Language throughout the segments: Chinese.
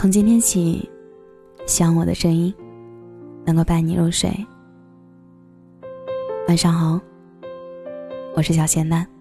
从今天起，希望我的声音能够伴你入睡。晚上好，我是小仙丹。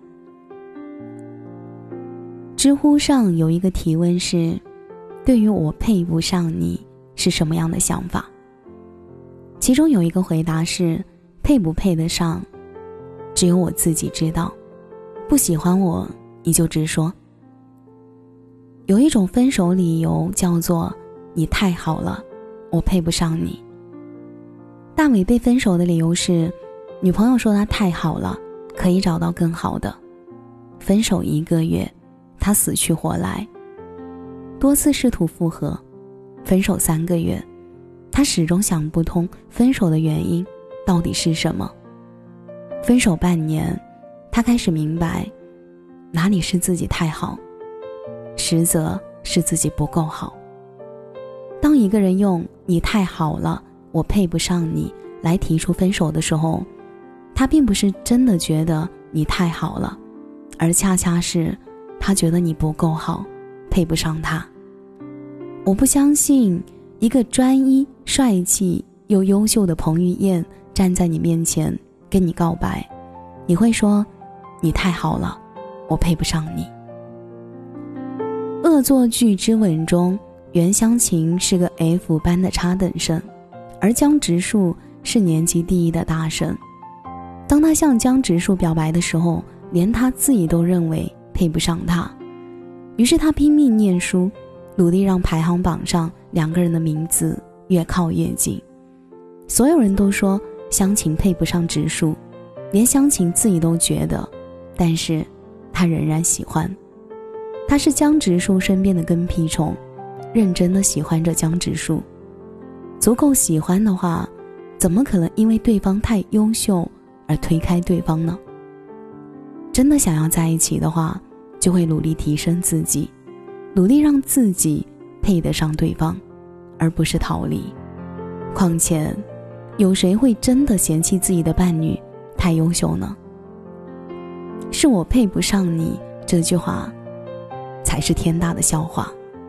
知乎上有一个提问是，对于我配不上你是什么样的想法？其中有一个回答是，配不配得上只有我自己知道，不喜欢我你就直说。有一种分手理由叫做你太好了，我配不上你。大伟被分手的理由是，女朋友说他太好了，可以找到更好的。分手1个月，他死去活来，多次试图复合。分手3个月，他始终想不通分手的原因到底是什么。分手半年，他开始明白哪里是自己太好，实则是自己不够好。当一个人用你太好了，我配不上你来提出分手的时候，他并不是真的觉得你太好了，而恰恰是他觉得你不够好，配不上他。我不相信一个专一、帅气又优秀的彭于晏站在你面前跟你告白，你会说你太好了，我配不上你。恶作剧之吻中，袁湘琴是个 F 班的差等生，而江直树是年级第1的大神。当他向江直树表白的时候，连他自己都认为配不上他，于是他拼命念书，努力让排行榜上2个人的名字越靠越近。所有人都说湘琴配不上直树，连湘琴自己都觉得，但是他仍然喜欢。他是江直树身边的跟屁虫，认真的喜欢着江直树。足够喜欢的话，怎么可能因为对方太优秀而推开对方呢？真的想要在一起的话，就会努力提升自己，努力让自己配得上对方，而不是逃离。况且有谁会真的嫌弃自己的伴侣太优秀呢？是我配不上你这句话才是天大的笑话。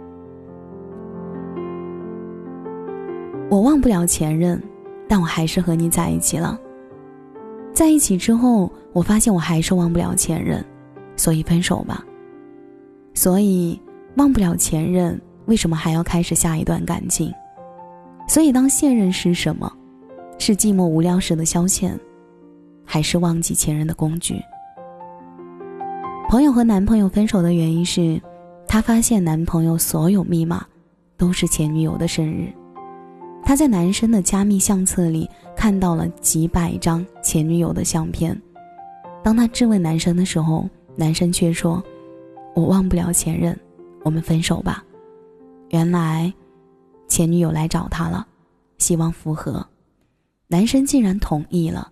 我忘不了前任，但我还是和你在一起了。在一起之后，我发现我还是忘不了前任，所以分手吧。所以忘不了前任，为什么还要开始下一段感情？所以当现任是什么？是寂寞无聊时的消遣，还是忘记前任的工具？朋友和男朋友分手的原因是，他发现男朋友所有密码都是前女友的生日。他在男生的加密相册里看到了几百张前女友的相片。当他质问男生的时候，男生却说，我忘不了前任，我们分手吧。原来前女友来找他了，希望复合，男生竟然同意了。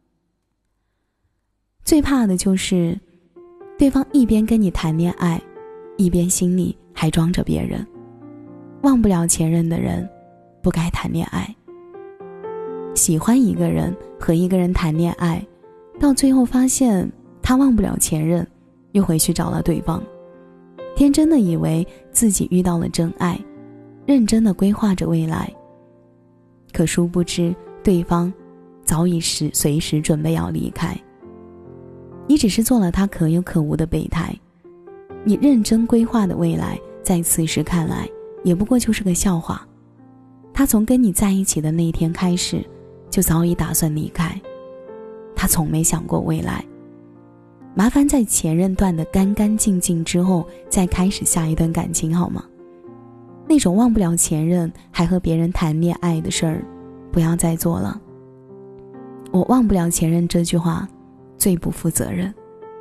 最怕的就是对方一边跟你谈恋爱，一边心里还装着别人。忘不了前任的人不该谈恋爱。喜欢一个人和一个人谈恋爱，到最后发现他忘不了前任，又回去找了对方，天真的以为自己遇到了真爱，认真的规划着未来。可殊不知对方早已随时准备要离开。你只是做了他可有可无的备胎，你认真规划的未来在此时看来也不过就是个笑话。他从跟你在一起的那一天开始就早已打算离开，他从没想过未来。麻烦在前任断得干干净净之后再开始下一段感情好吗？那种忘不了前任还和别人谈恋爱的事儿不要再做了。我忘不了前任这句话最不负责任。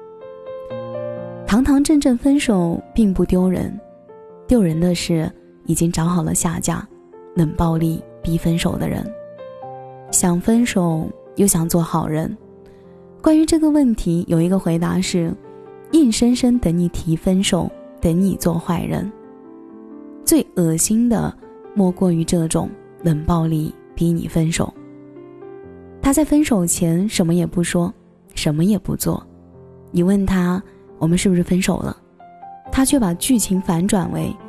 堂堂正正分手并不丢人，丢人的是已经找好了下家，冷暴力逼分手的人。想分手又想做好人。关于这个问题，有一个回答是，硬生生等你提分手，等你做坏人。最恶心的莫过于这种冷暴力逼你分手。他在分手前什么也不说，什么也不做，你问他我们是不是分手了，他却把剧情反转为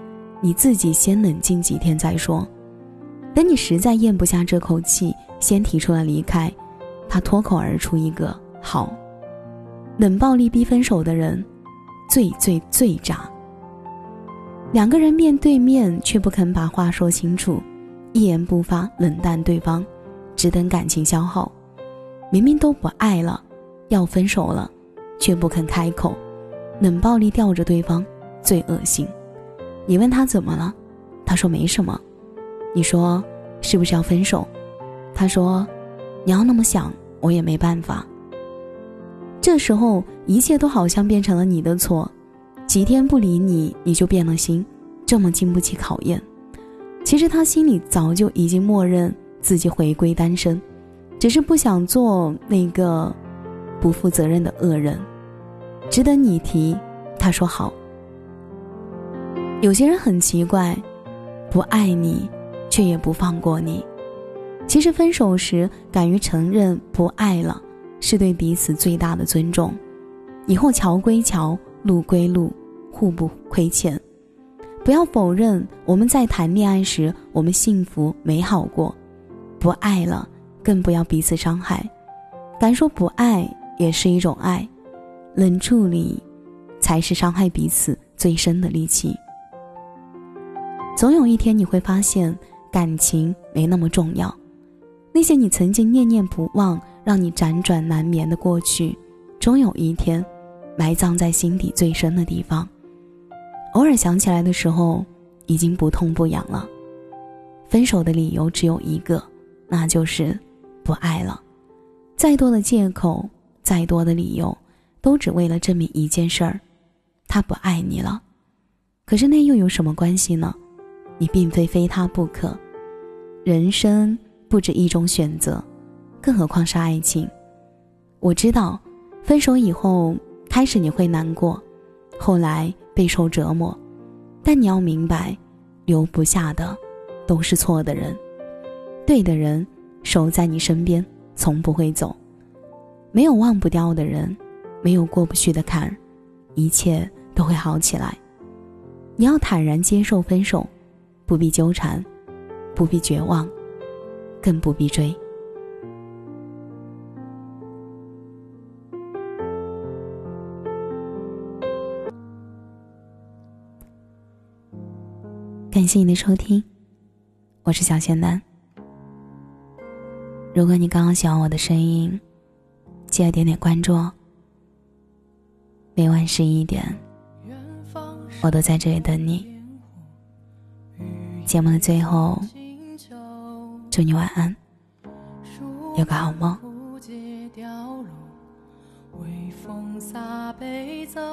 你自己先冷静几天再说。等你实在咽不下这口气，先提出了离开，他脱口而出一个好。冷暴力逼分手的人最渣。两个人面对面却不肯把话说清楚，一言不发冷淡对方，只等感情消耗。明明都不爱了，要分手了，却不肯开口，冷暴力吊着对方，最恶心。你问他怎么了，他说没什么。你说是不是要分手，他说你要那么想，我也没办法。这时候一切都好像变成了你的错，几天不理你，你就变了心，这么经不起考验。其实他心里早就已经默认自己回归单身，只是不想做那个不负责任的恶人。只等你提，他说好。有些人很奇怪，不爱你却也不放过你。其实分手时敢于承认不爱了，是对彼此最大的尊重。以后桥归桥，路归路，互不亏欠。不要否认我们在谈恋爱时我们幸福美好过，不爱了更不要彼此伤害。敢说不爱也是一种爱，冷处理才是伤害彼此最深的利器。总有一天你会发现感情没那么重要，那些你曾经念念不忘让你辗转难眠的过去，终有一天埋葬在心底最深的地方，偶尔想起来的时候已经不痛不痒了。分手的理由只有一个，那就是不爱了。再多的借口，再多的理由，都只为了证明一件事儿，他不爱你了。可是那又有什么关系呢？你并非他不可。人生不止一种选择，更何况是爱情。我知道分手以后开始你会难过，后来备受折磨，但你要明白，留不下的都是错的人，对的人守在你身边从不会走。没有忘不掉的人，没有过不去的坎儿，一切都会好起来。你要坦然接受分手，不必纠缠，不必绝望，更不必追。感谢你的收听，我是小仙丹。如果你刚刚喜欢我的声音，记得点点关注哦。每晚11点，我都在这里等你。节目的最后，祝你晚安，有个好梦。微风洒悲奏，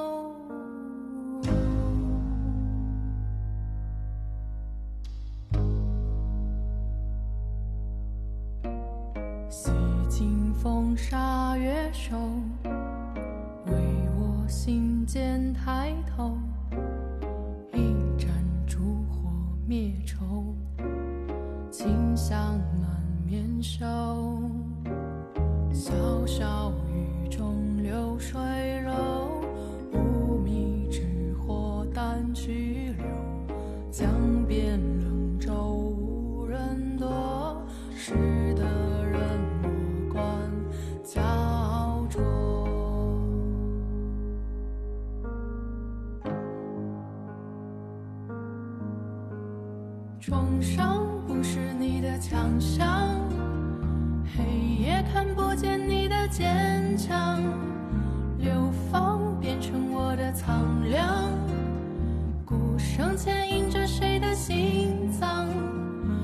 洗尽风沙月瘦，为我心间抬头，一盏烛火灭愁，清香满面手。小小雨中流水柔，无觅之火淡去流，江边冷舟无人躲，识得人莫管焦灼。重伤不是你的强项，黑夜看不见你的坚强，流放变成我的苍凉，鼓声牵引着谁的心脏，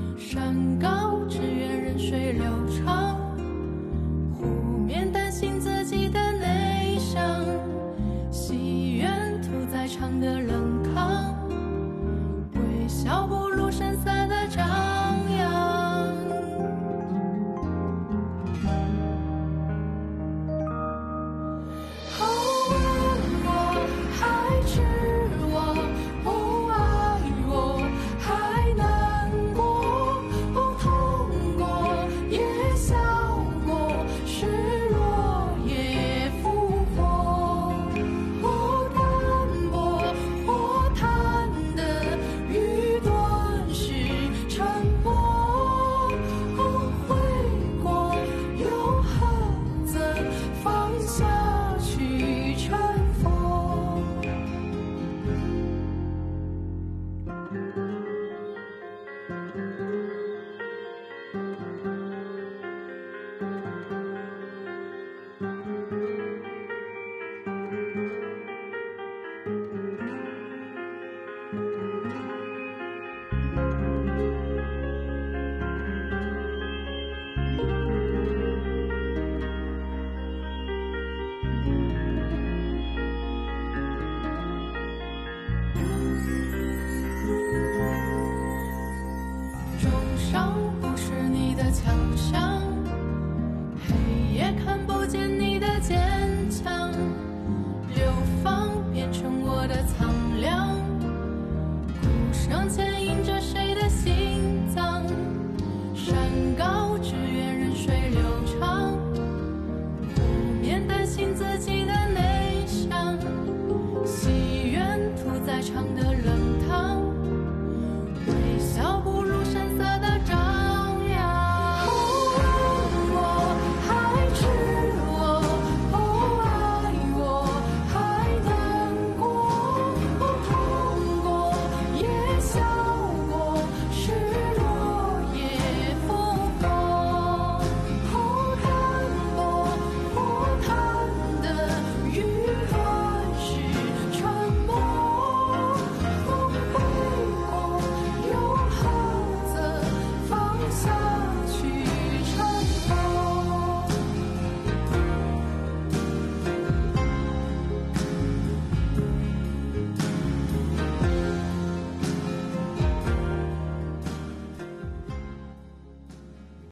山高只愿任水流长，湖面担心自